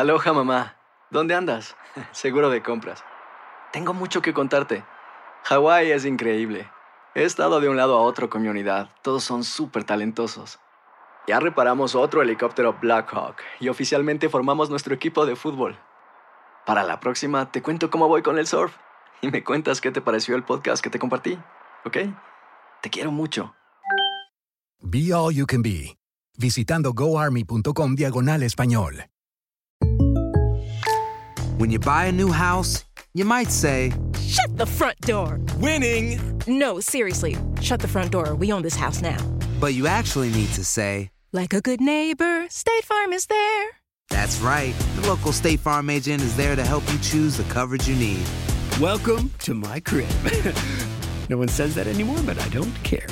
Aloha, mamá. ¿Dónde andas? Seguro de compras. Tengo mucho que contarte. Hawái es increíble. He estado de un lado a otro con mi unidad. Todos son súper talentosos. Ya reparamos otro helicóptero Blackhawk y oficialmente formamos nuestro equipo de fútbol. Para la próxima te cuento cómo voy con el surf y me cuentas qué te pareció el podcast que te compartí, ¿ok? Te quiero mucho. Be All You Can Be, visitando goarmy.com/español. When you buy a new house, you might say, Shut the front door! Winning! No, seriously, shut the front door. We own this house now. but you actually need to say, Like a good neighbor, State Farm is there. that's right. The local State Farm agent is there to help you choose the coverage you need. Welcome to my crib. No one says that anymore, but I don't care.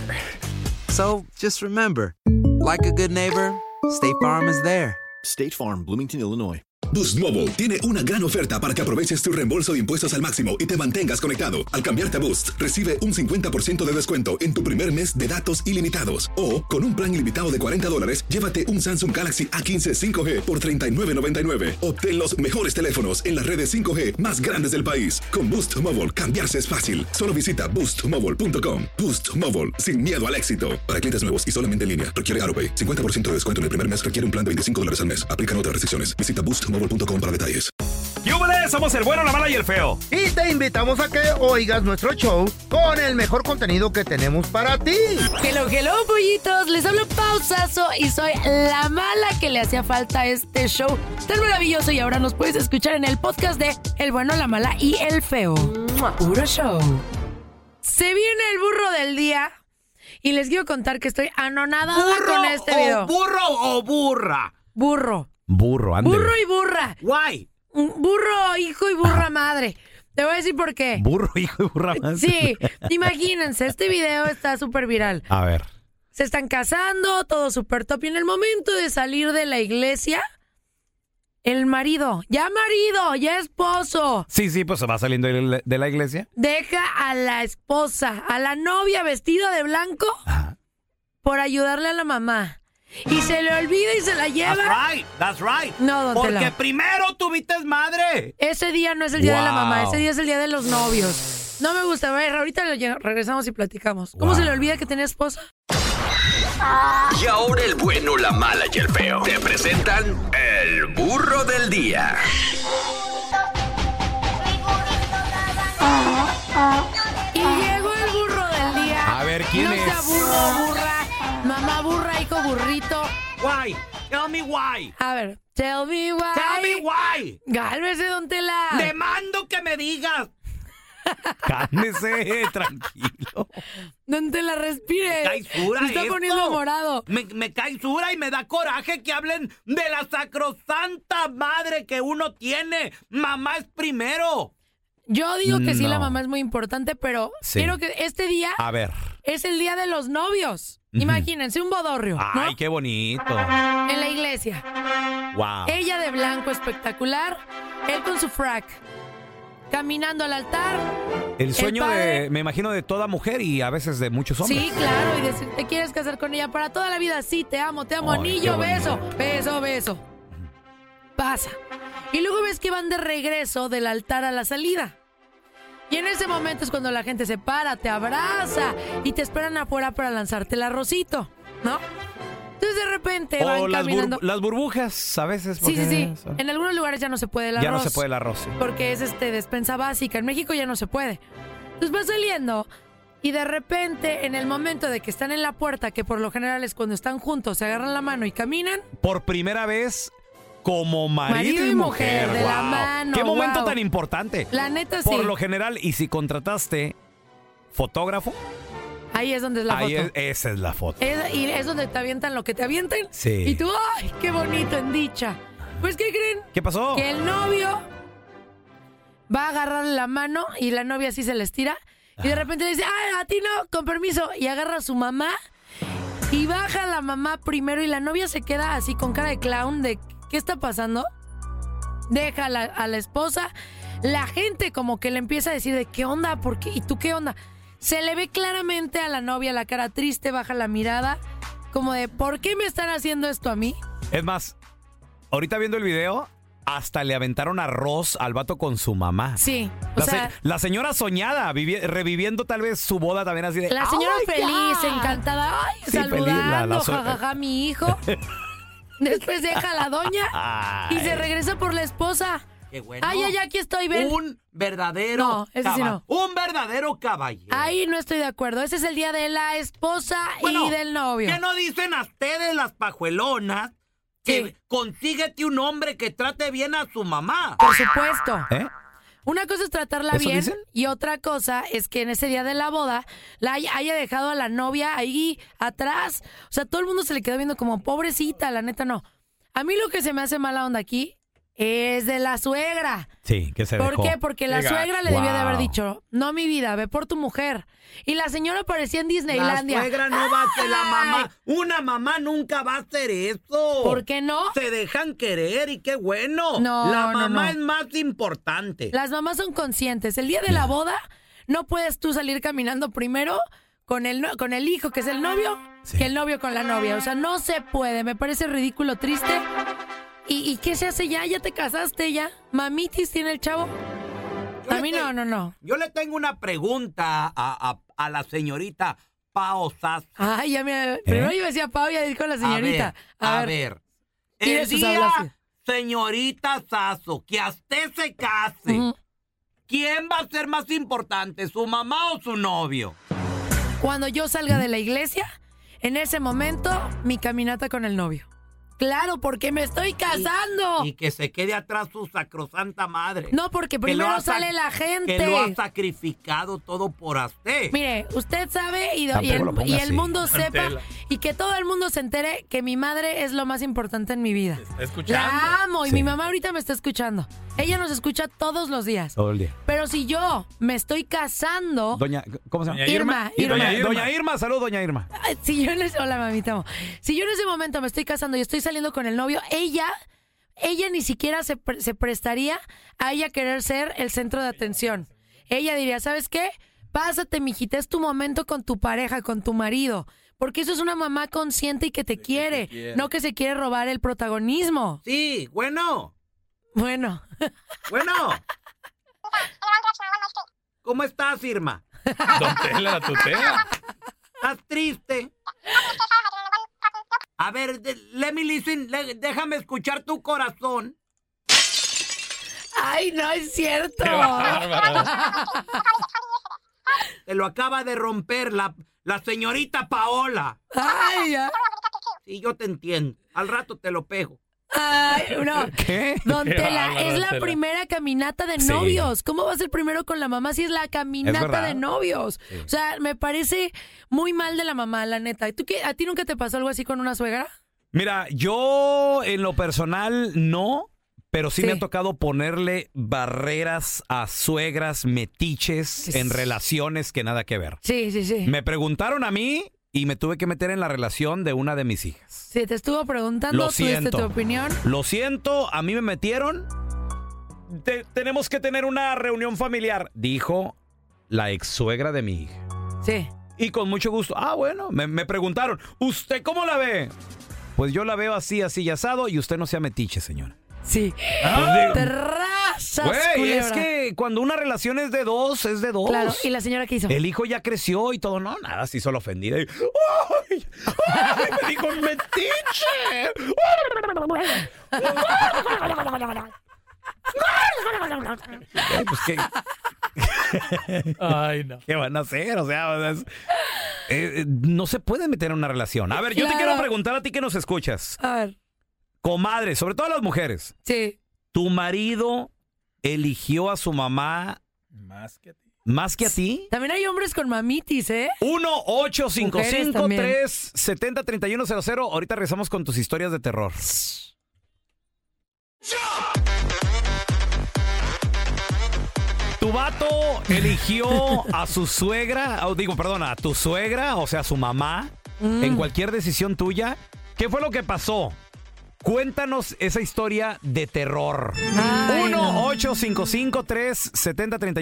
So just remember, like a good neighbor, State Farm is there. State Farm, Bloomington, Illinois. Boost Mobile tiene una gran oferta para que aproveches tu reembolso de impuestos al máximo y te mantengas conectado. Al cambiarte a Boost, recibe un 50% de descuento en tu primer mes de datos ilimitados. O, con un plan ilimitado de $40, llévate un Samsung Galaxy A15 5G por $39.99. Obtén los mejores teléfonos en las redes 5G más grandes del país. Con Boost Mobile, cambiarse es fácil. Solo visita boostmobile.com. Boost Mobile, sin miedo al éxito. Para clientes nuevos y solamente en línea, requiere AutoPay. 50% de descuento en el primer mes requiere un plan de $25 al mes. Aplican otras restricciones. Visita boostmobile.com para detalles. ¡Yúbales! Somos el bueno, la mala y el feo. Y te invitamos a que oigas nuestro show con el mejor contenido que tenemos para ti. Hello, pollitos. Les hablo Pausazo y soy la mala que le hacía falta a este show tan maravilloso. Y ahora nos puedes escuchar en el podcast de El bueno, la mala y el feo. Puro show. Se viene el burro del día y les quiero contar que estoy anonadada con este video. ¿Burro o burra? Burro. Burro, ándale. Burro y burra. Guay. Burro, hijo y burra madre. Te voy a decir por qué. Burro, hijo y burra madre. Sí, imagínense, este video está súper viral. A ver. Se están casando, todo súper top. Y en el momento de salir de la iglesia, el marido, ya esposo. Sí, pues se va saliendo de la iglesia. Deja a la esposa, a la novia vestida de blanco, por ayudarle a la mamá. Y se le olvida y se la lleva. That's right. No, don Tela. Porque primero tuviste madre. Ese día no es el día de la mamá, ese día es el día de los novios. No me gusta, a ver, ahorita regresamos y platicamos. ¿Cómo se le olvida que tenía esposa? Y ahora el bueno, la mala y el feo te presentan el burro del día. Y llegó el burro del día. A ver, ¿quién es? No sea burro, burra, mamá burra, hijo burrito. Why? Tell me why. A ver, tell me why. Tell me why. Cálmese, don Tela. Demando que me digas. Cálmese, tranquilo. Don Tela, respire. Me cae sura. Se está poniendo morado. Me cae sura y me da coraje que hablen de la sacrosanta madre que uno tiene. Mamá es primero. Yo digo que sí, la mamá es muy importante, pero quiero que este día es el día de los novios. Imagínense, un bodorrio, ¿no? Ay, qué bonito. En la iglesia. Wow. Ella de blanco espectacular, él con su frac, caminando al altar. El sueño me imagino, de toda mujer y a veces de muchos hombres. Sí, claro, y decir, ¿te quieres casar con ella para toda la vida? Sí, te amo, Ay, anillo, beso. Pasa. Y luego ves que van de regreso del altar a la salida. Y en ese momento es cuando la gente se para, te abraza y te esperan afuera para lanzarte el arrocito, ¿no? Entonces de repente van caminando. Las burbujas a veces. Sí. En algunos lugares ya no se puede el arroz. Ya no se puede el arroz, sí. Porque es despensa básica. En México ya no se puede. Entonces va saliendo y de repente en el momento de que están en la puerta, que por lo general es cuando están juntos, se agarran la mano y caminan. Por primera vez como marido y mujer. De la mano. Qué momento tan importante. La neta sí. Por lo general, y si contrataste fotógrafo, ahí es donde es la foto. Esa es la foto. Y es donde te avientan lo que te avienten. Sí. Y tú, ¡ay, qué bonito, en dicha! Pues, ¿qué creen? ¿Qué pasó? Que el novio va a agarrarle la mano y la novia así se le estira. Y de repente le dice, ¡ay, a ti no! Con permiso. Y agarra a su mamá y baja a la mamá primero y la novia se queda así con cara de clown de ¿qué está pasando? Deja a la esposa. La gente como que le empieza a decir de ¿qué onda? ¿Por qué? ¿Y tú qué onda? Se le ve claramente a la novia la cara triste, baja la mirada, como de ¿por qué me están haciendo esto a mí? Es más, ahorita viendo el video, hasta le aventaron arroz al vato con su mamá. Sí, la señora soñada, reviviendo tal vez su boda también así de... La señora feliz, encantada, ay, Sí, saludando, feliz, jajaja, mi hijo. Después deja a la doña y se regresa por la esposa. Qué bueno. Ay, aquí estoy, ven. Un verdadero No, ese sí no. Un verdadero caballero. Ahí no estoy de acuerdo. Ese es el día de la esposa y del novio. ¿Qué no dicen a ustedes las pajuelonas? Que consíguete un hombre que trate bien a su mamá. Por supuesto. ¿Eh? Una cosa es tratarla ¿Eso bien dicen? y otra cosa es que en ese día de la boda la haya dejado a la novia ahí atrás. O sea, todo el mundo se le quedó viendo como pobrecita, la neta no. A mí lo que se me hace mala onda aquí es de la suegra. Sí, que se dejó. ¿Por qué? Porque la suegra le debió de haber dicho, no, mi vida, ve por tu mujer. Y la señora parecía en Disneylandia. La suegra no va a ser la mamá. Una mamá nunca va a hacer eso. ¿Por qué no? Se dejan querer y qué bueno. No, la mamá no. es más importante. Las mamás son conscientes. El día de la boda no puedes tú salir caminando primero con el hijo, que es el novio, que el novio con la novia. O sea, no se puede. Me parece ridículo, triste. ¿Y qué se hace ya? ¿Ya te casaste ya? ¿Mamitis tiene el chavo? A mí no. Yo le tengo una pregunta a la señorita Pao Sasso. Ay, ya me... Primero yo decía Pao y ya dijo la señorita. A ver. Tire El sus día, hablas. señorita Sasso, que a usted se case, ¿quién va a ser más importante, su mamá o su novio? Cuando yo salga de la iglesia, en ese momento, mi caminata con el novio. Claro, porque me estoy casando. Y que se quede atrás su sacrosanta madre. No, porque primero sale la gente. Que lo ha sacrificado todo por usted. Mire, usted sabe y el mundo sepa y que todo el mundo se entere que mi madre es lo más importante en mi vida. ¿Está escuchando? La amo y Sí. mi mamá ahorita me está escuchando. Ella nos escucha todos los días. Todo el día. Pero si yo me estoy casando... ¿Cómo se llama? Irma. Doña Irma, salud, doña Irma. Si yo hola, mamita. Amo. Si yo en ese momento me estoy casando y estoy saliendo con el novio, ella ni siquiera se prestaría a ella querer ser el centro de atención. Ella diría, ¿sabes qué? Pásate, mijita, es tu momento con tu pareja, con tu marido. Porque eso es una mamá consciente y que te quiere, no que se quiere robar el protagonismo. Sí, bueno. Bueno. ¿Cómo estás, Irma? Don Tela, la tutela. ¿Estás triste? A ver, let me listen, déjame escuchar tu corazón. Ay, no es cierto. Qué bárbaro. Te lo acaba de romper la señorita Paola. Ay, ya. Sí, yo te entiendo. Al rato te lo pego. Ay, no. ¿Qué? Don Qué Tela, bárbaro, es Don la Tela. primera caminata de Sí. novios. ¿Cómo va a ser primero con la mamá si es la Es caminata verdad. de novios? Sí. O sea, me parece muy mal de la mamá, la neta. ¿Y tú qué? ¿A ti nunca te pasó algo así con una suegra? Mira, yo en lo personal no, pero sí me ha tocado ponerle barreras a suegras metiches en relaciones que nada que ver. Sí. Me preguntaron a mí y me tuve que meter en la relación de una de mis hijas. Sí, te estuvo preguntando, Lo tuviste siento. tu opinión. Lo siento, a mí me metieron. Tenemos que tener una reunión familiar, dijo la ex suegra de mi hija. Sí. Y con mucho gusto. Ah, bueno, me preguntaron, ¿usted cómo la ve? Pues yo la veo así y asado y usted no sea metiche, señora. Sí. Pues Te rasas, güey, culebra. es que cuando una relación es de dos, es de dos. Claro, ¿y la señora qué hizo? El hijo ya creció y todo, no, nada, se hizo la ofendida. Y, ¡ay! Me dijo metiche! Pues, Ay, no. ¿qué van a hacer? O sea, no se puede meter en una relación. A ver, yo te Claro. quiero preguntar a ti que nos escuchas. A ver. Comadre, sobre todo a las mujeres. Sí. ¿Tu marido eligió a su mamá más que a ti? También hay hombres con mamitis, ¿eh? 1-855-370-3100. Ahorita regresamos con tus historias de terror. Tu vato eligió a su suegra, a tu suegra, o sea, a su mamá, en cualquier decisión tuya. ¿Qué fue lo que pasó? Cuéntanos esa historia de terror.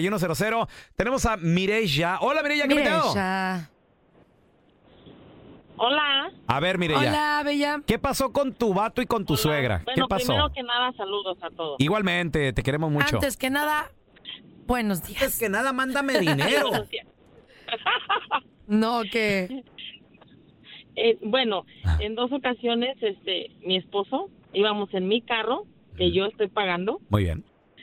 1-855-370-3100. Tenemos a Mireya. Hola, Mireya, ¿qué me Mireya. Hola. A ver, Mireya. Hola, bella. ¿Qué pasó con tu vato y con tu suegra? Bueno, ¿Qué pasó? primero que nada, saludos a todos. Igualmente, te queremos mucho. Antes que nada, buenos días. Antes que nada, mándame dinero. No, que... Bueno, en 2 ocasiones, mi esposo, íbamos en mi carro, que yo estoy pagando. Muy bien.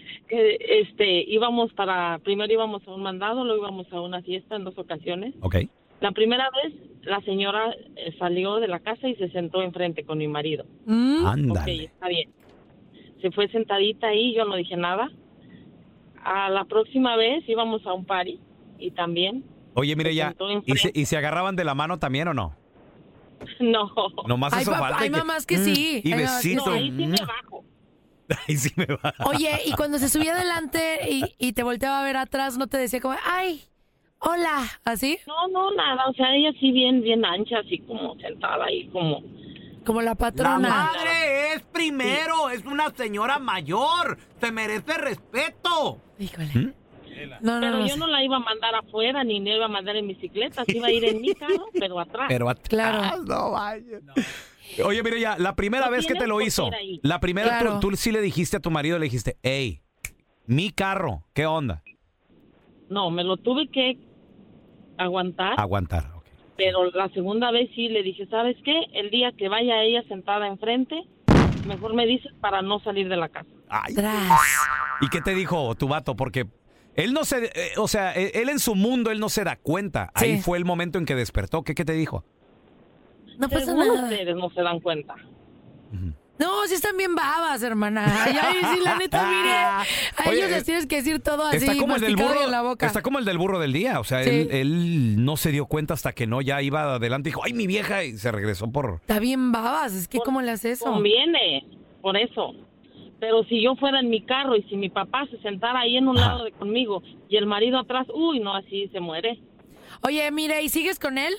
Primero íbamos a un mandado, luego íbamos a una fiesta en 2 ocasiones. Ok. La primera vez, la señora salió de la casa y se sentó enfrente con mi marido. Ándale. Ok, está bien. Se fue sentadita ahí, yo no dije nada. A la próxima vez íbamos a un party y también... Oye, Mireya, ¿y se agarraban de la mano también o no? No. Nomás eso falta. Hay mamás que sí. Y Hay mamás que besito. No, ahí sí me bajo. Ahí sí me va. Oye, y cuando se subía adelante y te volteaba a ver atrás, ¿no te decía como, ay, hola, así? No, nada, o sea, ella sí bien ancha, así como sentada ahí, como la patrona. La madre es primero, es una señora mayor, se merece respeto. Híjole. Pero yo no la iba a mandar afuera, ni me iba a mandar en bicicleta, sí iba a ir en mi carro, pero atrás. Claro. No vaya. Oye, mire ya, la primera vez que te lo hizo, la primera, Claro. tú sí le dijiste a tu marido, le dijiste, hey, mi carro, ¿qué onda? No, me lo tuve que aguantar. Aguantar, ok. Pero la segunda vez sí le dije, ¿sabes qué? El día que vaya ella sentada enfrente, mejor me dices para no salir de la casa. Ay. ¿Y qué te dijo tu vato? Porque él no se, él en su mundo, él no se da cuenta. Sí. Ahí fue el momento en que despertó. ¿Qué te dijo? No pasa Según nada. ustedes no se dan cuenta. No, sí están bien babas, hermana. Ay, sí, la neta, mire. A Oye, ellos les tienes que decir todo así, Está como el del masticado burro, y en la boca. está como el del burro del día. O sea, Sí. él no se dio cuenta hasta que no ya iba adelante y dijo, ay, mi vieja, y se regresó por... Está bien babas, es que ¿cómo le haces eso? Conviene, por eso. Pero si yo fuera en mi carro y si mi papá se sentara ahí en un lado de conmigo y el marido atrás, uy, no, así se muere. Oye, mire, ¿y sigues con él?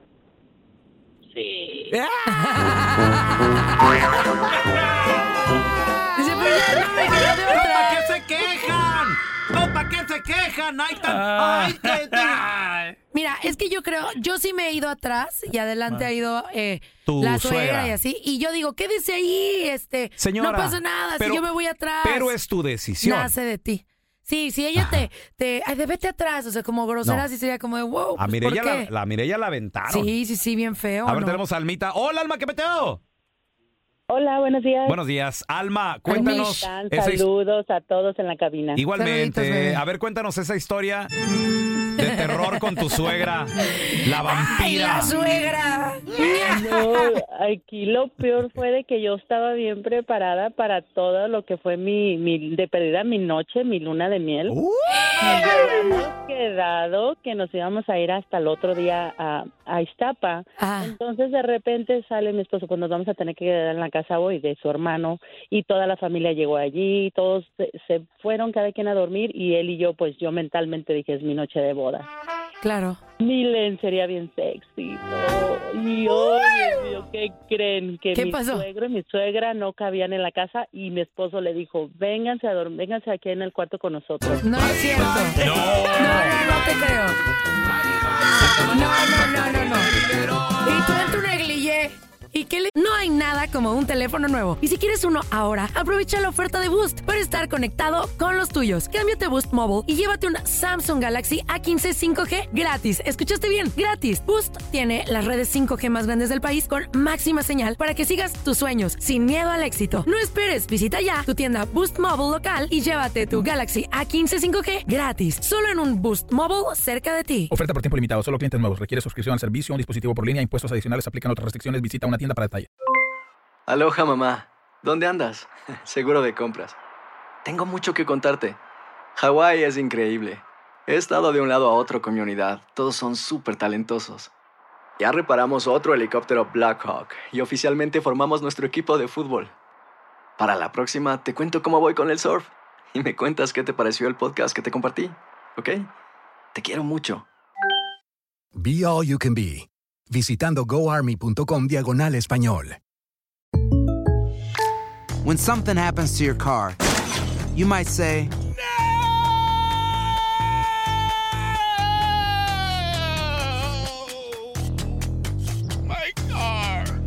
Sí. Dice, pero ya no me quedó de otra. ¿Para qué se quejan? No, ¿para qué se quejan? Ay, Mira, es que yo creo, yo sí me he ido atrás y adelante ha ido Tu la suegra suegra. y así. Y yo digo, quédese ahí, Señora, no pasa nada, pero- si yo me voy atrás. Pero es tu decisión. Nace de ti. Sí, si ella ay, de vete atrás, o sea, como grosera, No. sí sería como de, wow, A pues, Mireya ¿por qué? la Mireya la aventaron. Sí, bien feo. A ver, ¿no? tenemos a Almita. Hola, Alma, ¿qué peteo? Hola, buenos días. Buenos días. Alma, cuéntanos. ¿Cómo están? esa his- Saludos a todos en la cabina. Igualmente. A ver, cuéntanos esa historia de terror con tu suegra, la vampira. ¡Ay, la suegra! No, aquí lo peor fue de que yo estaba bien preparada para todo lo que fue de perdida mi noche, mi luna de miel. Y habíamos quedado que nos íbamos a ir hasta el otro día a Iztapa. Entonces de repente sale mi esposo, pues nos vamos a tener que quedar en la casa hoy de su hermano y toda la familia llegó allí, todos se fueron cada quien a dormir y él y yo, pues yo mentalmente dije, es mi noche de boda. Claro. Mi lencería bien sexy. ¿No? Y Dios mío, ¿qué creen? Que ¿Qué mi pasó? suegro y mi suegra no cabían en la casa y mi esposo le dijo, vénganse a dormir, vénganse aquí en el cuarto con nosotros. No es cierto. No te creo. No. Y tú en tu negligé. ¿Y qué No hay nada como un teléfono nuevo. Y si quieres uno ahora, aprovecha la oferta de Boost para estar conectado con los tuyos. Cámbiate a Boost Mobile y llévate un Samsung Galaxy A15 5G gratis. ¿Escuchaste bien? Gratis. Boost tiene las redes 5G más grandes del país con máxima señal para que sigas tus sueños sin miedo al éxito. No esperes, visita ya tu tienda Boost Mobile local y llévate tu Galaxy A15 5G gratis. Solo en un Boost Mobile cerca de ti. Oferta por tiempo limitado, solo clientes nuevos. Requiere suscripción al servicio, un dispositivo por línea, impuestos adicionales, aplican otras restricciones. Visita una tienda para detalle. Aloha, mamá. ¿Dónde andas? Seguro de compras. Tengo mucho que contarte. Hawái es increíble. He estado de un lado a otro con mi unidad. Todos son súper talentosos. Ya reparamos otro helicóptero Blackhawk y oficialmente formamos nuestro equipo de fútbol. Para la próxima te cuento cómo voy con el surf y me cuentas qué te pareció el podcast que te compartí, ¿ok? Te quiero mucho. Be All You Can Be, visitando goarmy.com/español. When something happens to your car, you might say, My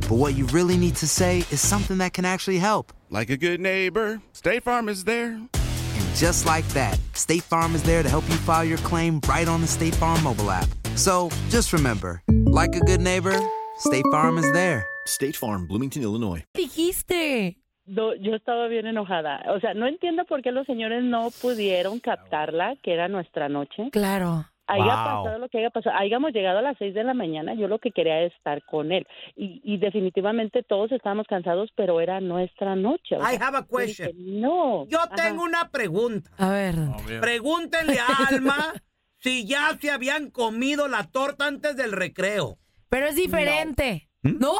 But what you really need to say is something that can actually help. Like a good neighbor, State Farm is there. And just like that, State Farm is there to help you file your claim right on the State Farm mobile app. So just remember, like a good neighbor, State Farm is there. State Farm, Bloomington, Illinois. ¿Qué dijiste? No, yo estaba bien enojada. O sea, no entiendo por qué los señores no pudieron captarla, que era nuestra noche. Claro. Haya pasado lo que haya pasado, hayamos llegado a las 6 de la mañana, yo lo que quería es estar con él. Y definitivamente todos estábamos cansados, pero era nuestra noche. I have a question. No. Yo tengo una pregunta. A ver. Pregúntenle a Alma si ya se habían comido la torta antes del recreo. Pero es diferente. ¿No?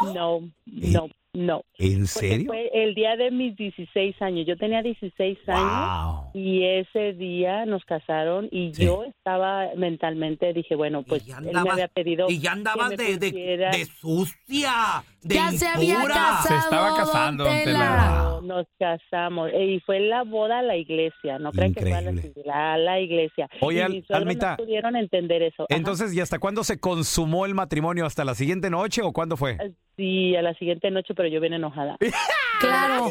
No. ¿En serio? Fue el día de mis 16 años. Yo tenía 16 años y ese día nos casaron y yo estaba mentalmente, dije, bueno, pues él me había pedido. Y ya andabas de sucia, de ya impura. se había casado. Se estaba casando, don Tela. Nos casamos y fue la boda a la iglesia. No crean que fue a la iglesia. Oye, y mis suegros Almita, no pudieron entender eso. Entonces, ¿y hasta cuándo se consumó el matrimonio? ¿Hasta la siguiente noche o cuándo fue? Sí, a la siguiente noche, pero yo vine enojada. Claro.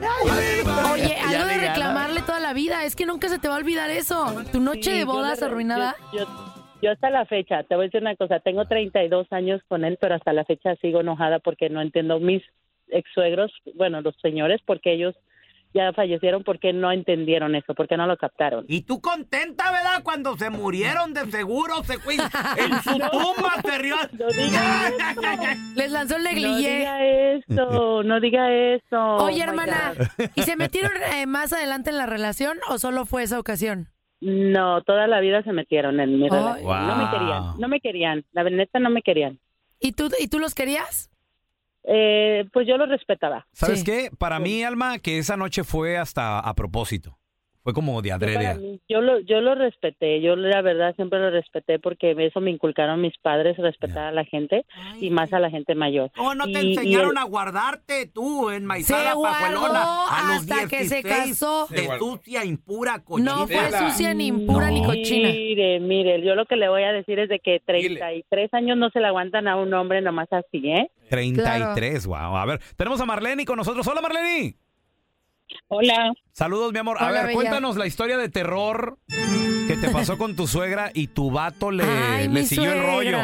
Oye, algo de reclamarle toda la vida. Es que nunca se te va a olvidar eso. Tu noche de bodas arruinada. Yo hasta la fecha, te voy a decir una cosa, tengo 32 años con él, pero hasta la fecha sigo enojada porque no entiendo mis ex-suegros, bueno, los señores, porque ellos ya fallecieron, porque no entendieron eso, porque no lo captaron. Y tú contenta, ¿verdad? Cuando se murieron, de seguro se fue en su tumba, se rió. No diga eso. Les lanzó el negligé. No diga eso. Oye, hermana, ¿y se metieron más adelante en la relación o solo fue esa ocasión? No, toda la vida se metieron en mi relación. Wow. No me querían, la neta no me querían. ¿Y tú los querías? Pues yo los respetaba. ¿Sabes qué? Para mí, Alma, que esa noche fue hasta a propósito. Fue como de adrede. Yo lo respeté, yo la verdad siempre lo respeté porque eso me inculcaron mis padres, respetar a la gente y más a la gente mayor. No te enseñaron a guardarte tú, enmaizada pajuelona, a los hasta 16, que se casó. De sucia, impura, cochina. No fue sucia ni impura ni cochina. Mire, yo lo que le voy a decir es de que 33 años no se le aguantan a un hombre nomás así, 33, claro. Wow. A ver, tenemos a Marlene con nosotros. Hola, Marlene. Hola. Saludos, mi amor. Hola, a ver, bella. Cuéntanos la historia de terror que te pasó con tu suegra y tu vato le siguió el rollo.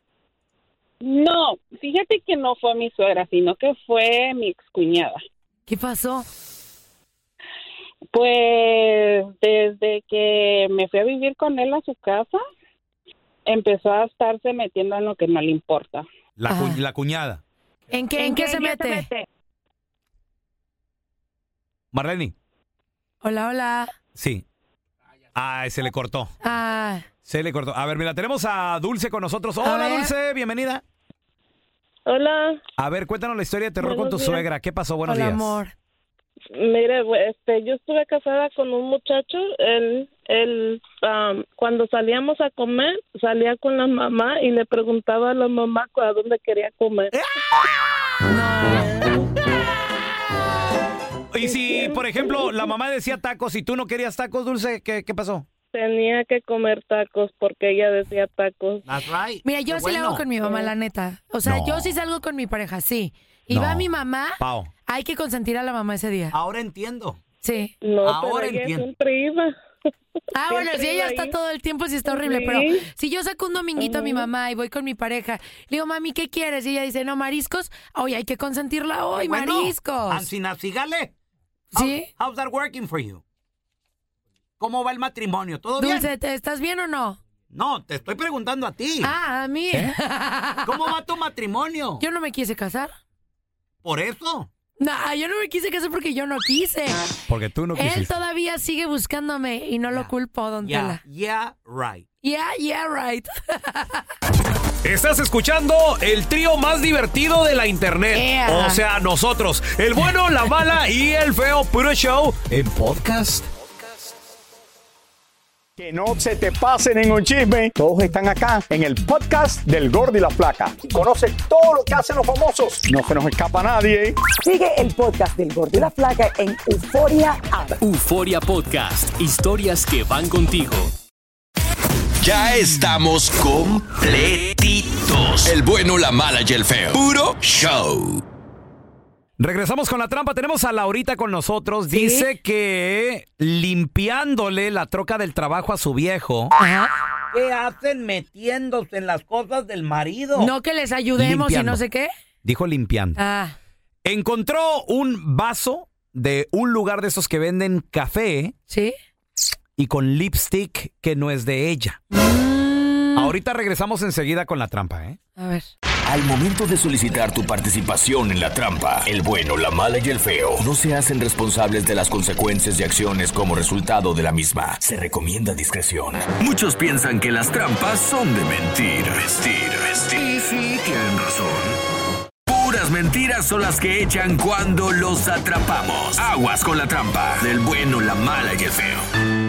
No, fíjate que no fue mi suegra, sino que fue mi excuñada. ¿Qué pasó? Pues desde que me fui a vivir con él a su casa, empezó a estarse metiendo en lo que no le importa. La cuñada. ¿En qué se mete? Marlene. Hola. Sí. Se le cortó. Ah. Se le cortó. A ver, mira, tenemos a Dulce con nosotros. Hola, Dulce, bienvenida. Hola. A ver, cuéntanos la historia de terror con tu días. suegra. ¿Qué pasó? Buenos días. Amor. Mire, yo estuve casada con un muchacho. Él cuando salíamos a comer, salía con la mamá y le preguntaba a la mamá a dónde quería comer. Y si, por ejemplo, la mamá decía tacos y tú no querías tacos, Dulce, ¿qué pasó? Tenía que comer tacos porque ella decía tacos. That's right. Mira, yo sí lo hago con mi mamá, la neta. O sea, yo sí salgo con mi pareja, sí. Y va mi mamá, hay que consentir a la mamá ese día. Ahora entiendo. Sí. No, ahora pero ella entiendo. siempre iba. Bueno, si ella ahí. está todo el tiempo, sí está horrible, pero si yo saco un dominguito a mi mamá y voy con mi pareja, le digo, mami, ¿qué quieres? Y ella dice, no, mariscos. Oye, hay que consentirla hoy, mariscos. Ansinacigale. ¿Sí? How's that working for you? ¿Cómo va el matrimonio? ¿Todo bien? Dulce, ¿estás bien o no? No, te estoy preguntando a ti. A mí. ¿Cómo va tu matrimonio? Yo no me quise casar. ¿Por eso? No, yo no me quise casar porque yo no quise. Porque tú no quisiste. Él todavía sigue buscándome y no lo culpo, don Tela. Yeah, right. Yeah, right. Estás escuchando el trío más divertido de la internet. Yeah. O sea, nosotros, el bueno, la mala y el feo puro show en podcast. Que no se te pase ningún chisme. Todos están acá en el podcast del Gordo y la Flaca. Conoce todo lo que hacen los famosos. No se nos escapa nadie. Sigue el podcast del Gordo y la Flaca en Euforia App. Euforia Podcast. Historias que van contigo. Ya estamos completitos. minutos. El bueno, la mala y el feo. Puro show. Regresamos con la trampa. Tenemos a Laurita con nosotros. ¿Sí? Dice que limpiándole la troca del trabajo a su viejo. Ajá. ¿Qué hacen metiéndose en las cosas del marido? No que les ayudemos limpiando. y no sé qué. Dijo limpiando. Ah. Encontró un vaso de un lugar de esos que venden café. ¿Sí? Y con lipstick que no es de ella. Ahorita regresamos enseguida con la trampa, ¿eh? A ver. Al momento de solicitar tu participación en la trampa, el bueno, la mala y el feo no se hacen responsables de las consecuencias y acciones como resultado de la misma. Se recomienda discreción. Muchos piensan que las trampas son de mentir. Y sí, tienen razón. Puras mentiras son las que echan cuando los atrapamos. Aguas con la trampa del bueno, la mala y el feo.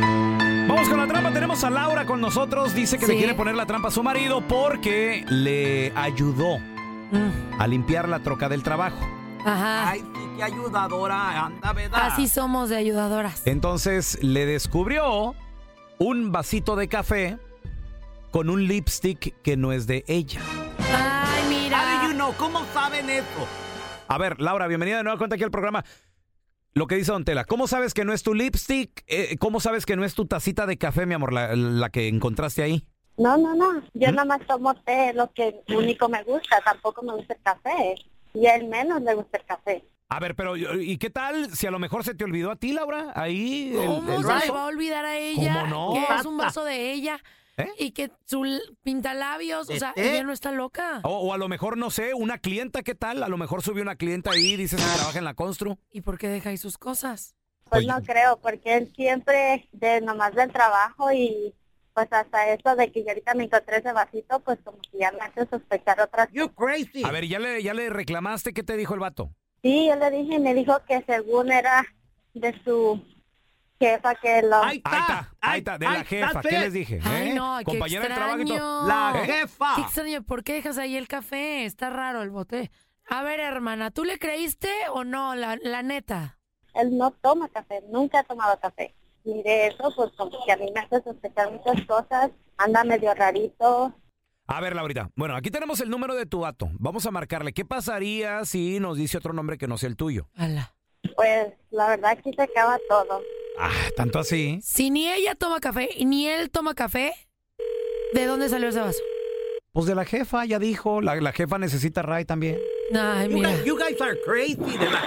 Vamos con la trampa. Tenemos a Laura con nosotros. Dice que le quiere poner la trampa a su marido porque le ayudó a limpiar la troca del trabajo. Ajá. Ay, sí, qué ayudadora anda, ¿verdad? Así somos de ayudadoras. Entonces le descubrió un vasito de café con un lipstick que no es de ella. Ay, mira. How do you know? ¿Cómo saben eso? A ver, Laura, bienvenida de nueva cuenta aquí al programa. Lo que dice Don Tela, ¿cómo sabes que no es tu lipstick? ¿Cómo sabes que no es tu tacita de café, mi amor, la que encontraste ahí? No. Yo nada más tomo té, lo que único me gusta. Tampoco me gusta el café. Y a él menos le gusta el café. A ver, pero ¿y qué tal si a lo mejor se te olvidó a ti, Laura? Ahí ¿Cómo el se vaso. le va a olvidar a ella? ¿Cómo no? Que es un vaso de ella. Y que su pintalabios, o sea, ella no está loca. O a lo mejor, no sé, una clienta, ¿qué tal? A lo mejor subió una clienta ahí, dices que trabaja en la Constru. ¿Y por qué deja ahí sus cosas? Pues no creo, porque él siempre nomás del trabajo y pues hasta eso de que yo ahorita me encontré ese vasito, pues como que ya me hace sospechar otras cosas. Crazy. A ver, ¿ya le reclamaste? ¿Qué te dijo el vato? Sí, yo le dije y me dijo que según era de su jefa que lo... Ahí está, de la jefa. ¿Qué les dije? Ay, no, Compañera qué del trabajo y todo. extraño. La jefa. Qué extraño, ¿por qué dejas ahí el café? Está raro el bote. A ver, hermana, ¿tú le creíste o no, la neta? Él no toma café, nunca ha tomado café. Y de eso, pues como que a mí me hace sospechar muchas cosas, anda medio rarito. A ver, Laurita, bueno, aquí tenemos el número de tu vato. Vamos a marcarle. ¿Qué pasaría si nos dice otro nombre que no sea el tuyo? Ala. Pues la verdad aquí se acaba todo. Ah, ¿tanto así? Si ni ella toma café y ni él toma café, ¿de dónde salió ese vaso? Pues de la jefa, ya dijo. La jefa necesita Ray también. Ay, mira. You guys are crazy.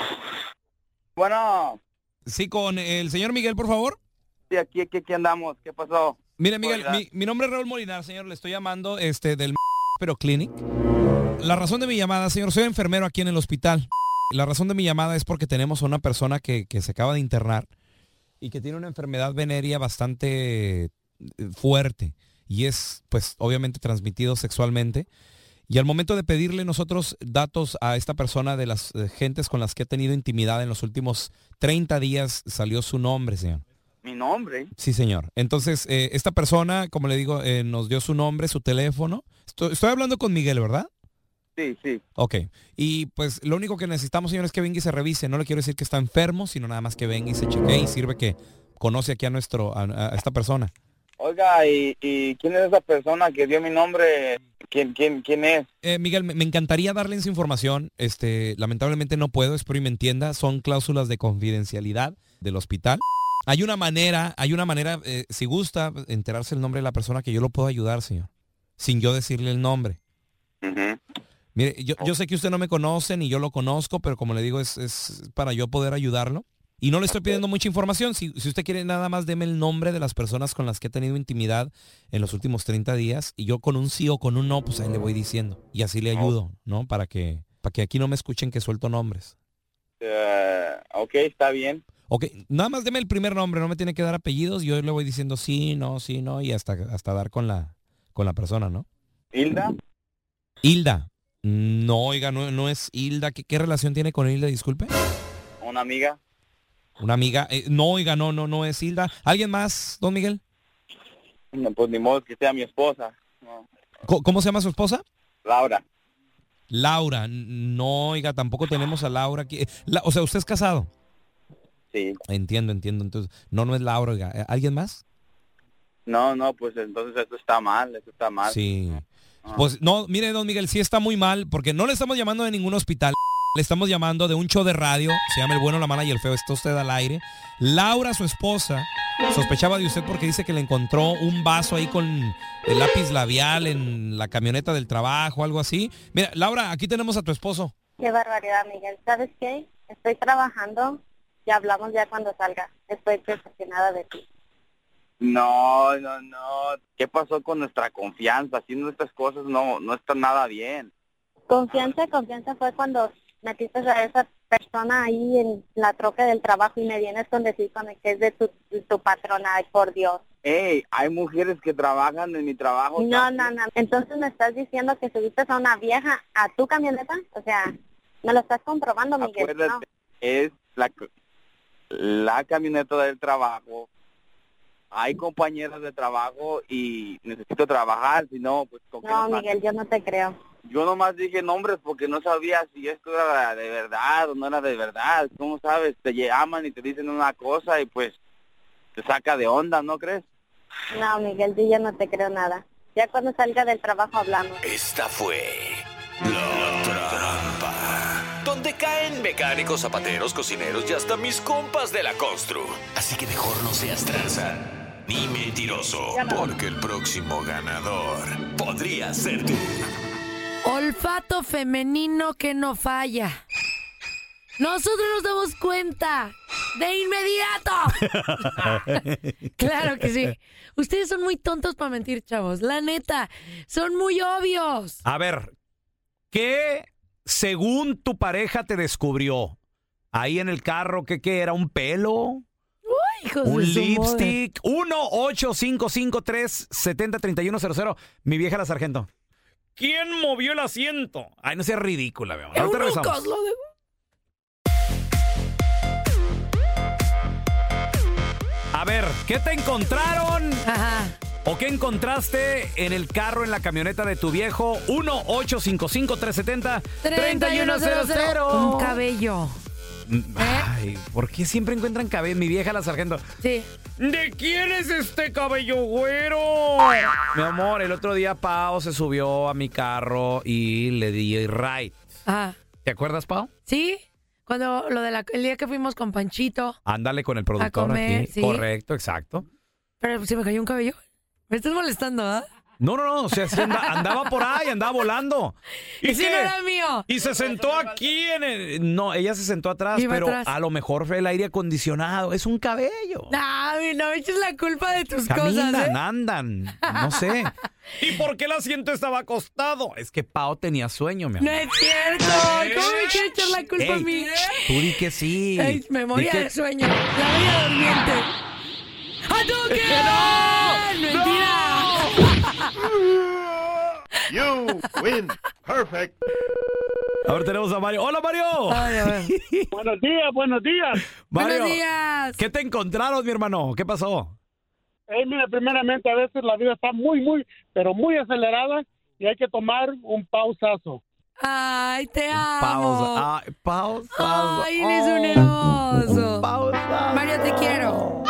Bueno. Sí, con el señor Miguel, por favor. Sí, aquí andamos. ¿Qué pasó? Mire, Miguel, mi nombre es Raúl Molinar, señor. Le estoy llamando del pero Clinic. La razón de mi llamada, señor, soy enfermero aquí en el hospital. La razón de mi llamada es porque tenemos a una persona que se acaba de internar y que tiene una enfermedad venérea bastante fuerte y es, pues, obviamente transmitido sexualmente. Y al momento de pedirle nosotros datos a esta persona de las gentes con las que ha tenido intimidad en los últimos 30 días, salió su nombre, señor. ¿Mi nombre? Sí, señor. Entonces, esta persona, como le digo, nos dio su nombre, su teléfono. Estoy hablando con Miguel, ¿verdad? Sí, sí. Ok. Y pues lo único que necesitamos, señor, es que venga y se revise. No le quiero decir que está enfermo, sino nada más que venga y se chequee y sirve que conoce aquí a esta persona. Oiga, ¿y quién es esa persona que dio mi nombre? ¿Quién es? Miguel, me encantaría darle esa información. Lamentablemente no puedo, espero y me entienda. Son cláusulas de confidencialidad del hospital. Hay una manera, si gusta, enterarse el nombre de la persona que yo lo puedo ayudar, señor. Sin yo decirle el nombre. Uh-huh. Mire, yo sé que usted no me conoce ni yo lo conozco, pero como le digo, es para yo poder ayudarlo. Y no le estoy pidiendo mucha información. Si usted quiere, nada más deme el nombre de las personas con las que he tenido intimidad en los últimos 30 días. Y yo con un sí o con un no, pues ahí le voy diciendo. Y así le ayudo, ¿no? Para que aquí no me escuchen que suelto nombres. Ok, está bien. Ok, nada más deme el primer nombre, no me tiene que dar apellidos. Yo le voy diciendo sí, no, y hasta dar con la persona, ¿no? ¿Hilda? Hilda. No, oiga, no es Hilda. ¿Qué relación tiene con Hilda, disculpe? Una amiga. Una amiga. No, oiga, no es Hilda. ¿Alguien más, don Miguel? No, pues ni modo que sea mi esposa. No. ¿Cómo se llama su esposa? Laura. Laura. No, oiga, tampoco tenemos a Laura aquí. O sea, ¿usted es casado? Sí. Entiendo. Entonces, no es Laura, oiga. ¿Alguien más? No, pues entonces eso está mal. Sí. Pues no, mire, don Miguel, sí está muy mal, porque no le estamos llamando de ningún hospital. Le estamos llamando de un show de radio, se llama El Bueno, la Mala y el Feo. Está usted al aire. Laura, su esposa, sospechaba de usted porque dice que le encontró un vaso ahí con el lápiz labial en la camioneta del trabajo, algo así. Mira, Laura, aquí tenemos a tu esposo. Qué barbaridad, Miguel. ¿Sabes qué? Estoy trabajando y hablamos ya cuando salga. Estoy decepcionada de ti. No. ¿Qué pasó con nuestra confianza? Haciendo estas cosas no está nada bien. Confianza fue cuando metiste a esa persona ahí en la troca del trabajo y me vienes con decir que es de tu patrona. Ay, por Dios. Hey, hay mujeres que trabajan en mi trabajo. No. Entonces me estás diciendo que subiste a una vieja a tu camioneta. O sea, me lo estás comprobando, Miguel. Acuérdate, No. es la camioneta del trabajo. Hay compañeras de trabajo y necesito trabajar, si no, pues... No, Miguel, yo no te creo. Yo nomás dije nombres porque no sabía si esto era de verdad o no era de verdad. ¿Cómo sabes? Te llaman y te dicen una cosa y pues te saca de onda, ¿no crees? No, Miguel, yo ya no te creo nada. Ya cuando salga del trabajo hablamos. Esta fue La Trampa, donde caen mecánicos, zapateros, cocineros y hasta mis compas de la constru. Así que mejor no seas tranza ni mentiroso, porque el próximo ganador podría ser tú. Olfato femenino que no falla. Nosotros nos damos cuenta de inmediato. Claro que sí. Ustedes son muy tontos para mentir, chavos. La neta, son muy obvios. A ver, ¿qué según tu pareja te descubrió? Ahí en el carro, ¿qué era? ¿Un pelo? Uy, hijos ¿Un de su lipstick? 1-855-370-3100. Mi vieja la sargento. ¿Quién movió el asiento? Ay, no seas ridícula, mi amor. Ahorita regresamos. A ver, ¿qué te encontraron? Ajá. ¿O qué encontraste en el carro, en la camioneta de tu viejo? 1-855-370-3100. Un cabello. Ay, ¿por qué siempre encuentran cabello? Mi vieja la sargento. Sí. ¿De quién es este cabello güero? Mi amor, el otro día Pao se subió a mi carro y le di ride. Ajá. ¿Te acuerdas, Pao? Sí. Cuando el día que fuimos con Panchito. Ándale con el productor a comer, aquí. sí. Correcto, exacto. Pero se me cayó un cabello. Me estás molestando, ¿ah? No, o sea, sí andaba por ahí, andaba volando. ¿Y si no era mío? Y se sentó aquí en el... No, ella se sentó atrás, Iba pero atrás. a lo mejor fue el aire acondicionado. Es un cabello. No me eches la culpa de tus Caminan, cosas, ¿eh? andan, no sé. ¿Y por qué el asiento estaba acostado? Es que Pao tenía sueño, mi amor. No es cierto. ¿Cómo me quieres echar la culpa a mí? Tú di que sí. Ay, memoria Di que- de sueño. La bella durmiente. ¡Hadouken! ¡Mentira! You win. Perfect. Ahora tenemos a Mario. ¡Hola, Mario! Buenos días. Mario, Buenos días. ¿qué te encontraron, mi hermano? ¿Qué pasó? Mira, primeramente a veces la vida está muy, pero muy acelerada y hay que tomar un pausazo. Ay, te amo. Pausa. Ay, pausa. Ay, eres un hermoso. Pausa. Mario, te quiero.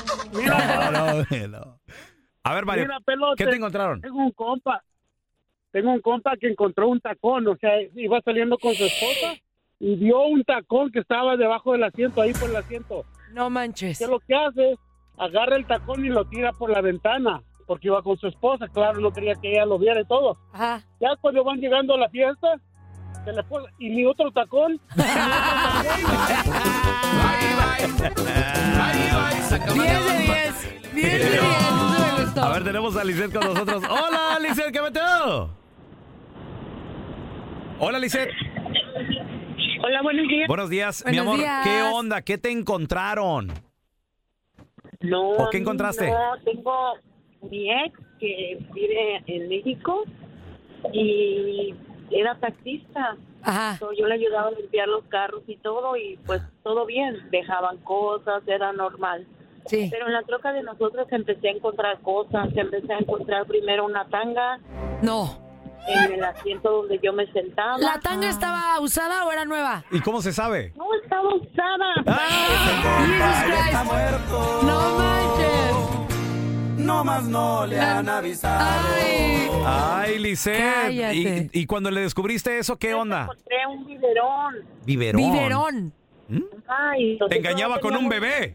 No. A ver, Mario, Mira, pelote, ¿qué te encontraron? Tengo un compa que encontró un tacón, o sea, iba saliendo con su esposa y vio un tacón que estaba debajo del asiento, ahí por el asiento. No manches. ¿Qué es lo que hace? Agarra el tacón y lo tira por la ventana, porque iba con su esposa, claro, no quería que ella lo viera y todo. Ajá. Ya cuando van llegando a la fiesta, se le pone, y ni otro tacón. 10 de 10. 10 de 10. Eso me gustó. A ver, tenemos a Lisette con nosotros. ¡Hola, Lisette! ¿Qué meteo? Hola, Lisette. Hola, buenos días. Buenos días. Mi Buenos amor, días. ¿qué onda? ¿Qué te encontraron? No, ¿O qué encontraste? No, tengo mi ex que vive en México y era taxista. Ajá. So, yo le ayudaba a limpiar los carros y todo y pues todo bien. Dejaban cosas, era normal. Sí. Pero en la troca de nosotros empecé a encontrar cosas. Empecé a encontrar primero una tanga. No. En el asiento donde yo me sentaba. ¿La tanga estaba usada o era nueva? ¿Y cómo se sabe? No, estaba usada. Jesus Christ. No manches. No nomás no le han avisado. Ay, Lisette. Cállate. ¿Y cuando le descubriste eso, qué onda? Encontré un biberón. Biberón. Ay, Te engañaba con un bebé.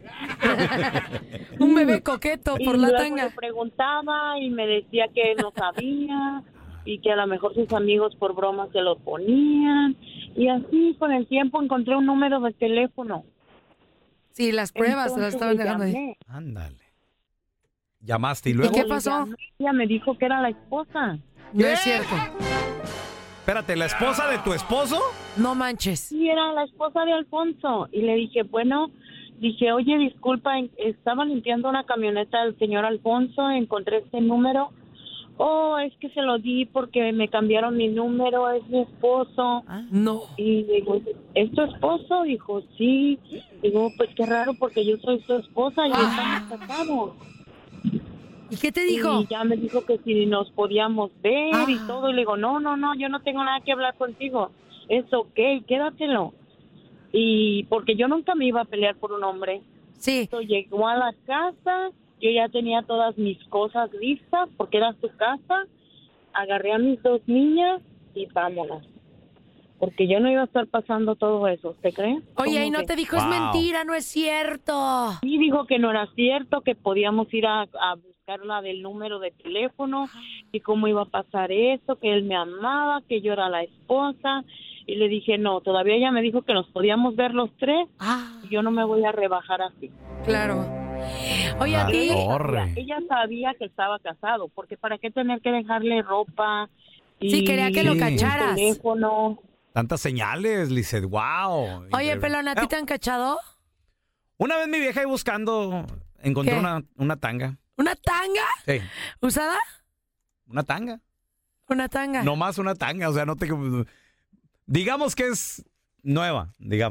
Un bebé coqueto por y la luego tanga. le preguntaba y me decía que no sabía y que a lo mejor sus amigos por broma se lo ponían. Y así con el tiempo encontré un número de teléfono. Sí, las pruebas se las estaban le dejando ahí. llamé. Ándale. Llamaste y luego. ¿Y qué pasó? Ella me dijo que era la esposa. No es cierto. Espérate, ¿la esposa de tu esposo? No manches. Sí, era la esposa de Alfonso. Y le dije, oye, disculpa, estaba limpiando una camioneta del señor Alfonso, encontré este número. Oh, es que se lo di porque me cambiaron mi número, es mi esposo. No. Y digo, ¿es tu esposo? Dijo, sí. Digo, pues qué raro porque yo soy su esposa y estamos casados. ¿Y qué te dijo? Y ya me dijo que si nos podíamos ver y todo. Y le digo, no, yo no tengo nada que hablar contigo. Es ok, quédatelo. Y porque yo nunca me iba a pelear por un hombre. Sí. Entonces, llegó a la casa, yo ya tenía todas mis cosas listas porque era su casa. Agarré a mis 2 niñas y vámonos. Porque yo no iba a estar pasando todo eso, ¿usted cree? Oye, y no te dijo, es mentira, no es cierto. Sí, dijo que no era cierto, que podíamos ir a buscarla del número de teléfono y cómo iba a pasar eso, que él me amaba, que yo era la esposa. Y le dije, no, todavía ella me dijo que nos podíamos ver los 3 y yo no me voy a rebajar así. Claro. Oye, a ti. Ella sabía que estaba casado, porque ¿para qué tener que dejarle ropa? Y sí, quería que lo cacharas. Teléfono. Tantas señales, Lisette, wow. Oye, pelón, ¿a ti te han cachado? Una vez mi vieja ahí buscando, encontró una tanga. ¿Una tanga? Sí. ¿Usada? Una tanga. Una tanga. No más una tanga, o sea, no te... Digamos que es nueva.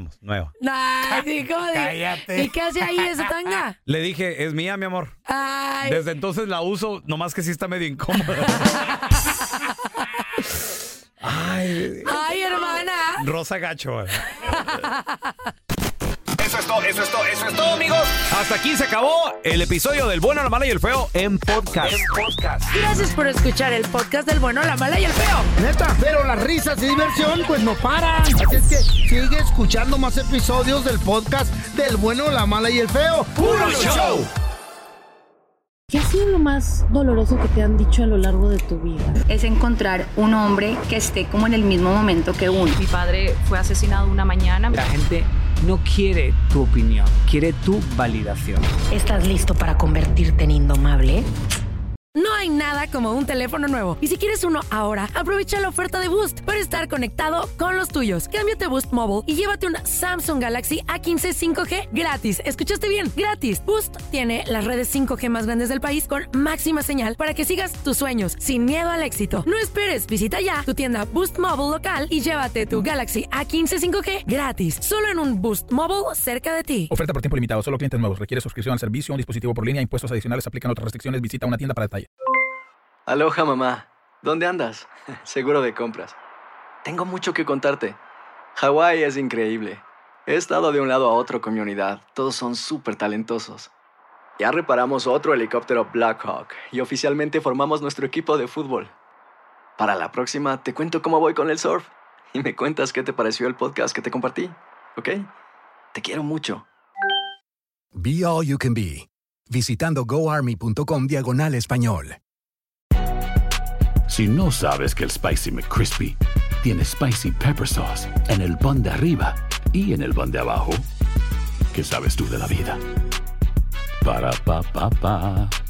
Ay, cállate. ¿Y qué hace ahí esa tanga? Le dije, es mía, mi amor. Ay. Desde entonces la uso, nomás que sí está medio incómoda. Ay, hermana. Rosa gacho. Eso es todo, amigos. Hasta aquí se acabó el episodio del Bueno, la Mala y el Feo en podcast. Gracias por escuchar el podcast del Bueno, la Mala y el Feo. Neta, pero las risas y diversión pues no paran. Así es que sigue escuchando más episodios del podcast del Bueno, la Mala y el Feo. ¡Puro show! ¿Qué ha sido lo más doloroso que te han dicho a lo largo de tu vida? Es encontrar un hombre que esté como en el mismo momento que uno. Mi padre fue asesinado una mañana. La gente no quiere tu opinión, quiere tu validación. ¿Estás listo para convertirte en indomable? No hay nada como un teléfono nuevo. Y si quieres uno ahora, aprovecha la oferta de Boost para estar conectado con los tuyos. Cámbiate a Boost Mobile y llévate un Samsung Galaxy A15 5G gratis. ¿Escuchaste bien? Gratis. Boost tiene las redes 5G más grandes del país con máxima señal para que sigas tus sueños sin miedo al éxito. No esperes, visita ya tu tienda Boost Mobile local y llévate tu Galaxy A15 5G gratis. Solo en un Boost Mobile cerca de ti. Oferta por tiempo limitado, solo clientes nuevos. Requiere suscripción al servicio, un dispositivo por línea, impuestos adicionales, aplican otras restricciones. Visita una tienda para detalle. Aloha, mamá. ¿Dónde andas? Seguro de compras. Tengo mucho que contarte. Hawái es increíble. He estado de un lado a otro con mi unidad. Todos son súper talentosos. Ya reparamos otro helicóptero Blackhawk y oficialmente formamos nuestro equipo de fútbol. Para la próxima te cuento cómo voy con el surf y me cuentas qué te pareció el podcast que te compartí, ¿ok? Te quiero mucho. Be All You Can Be, visitando goarmy.com/español. Si no sabes que el Spicy McCrispy tiene Spicy Pepper Sauce en el pan de arriba y en el pan de abajo, ¿qué sabes tú de la vida? Para, pa, pa, pa.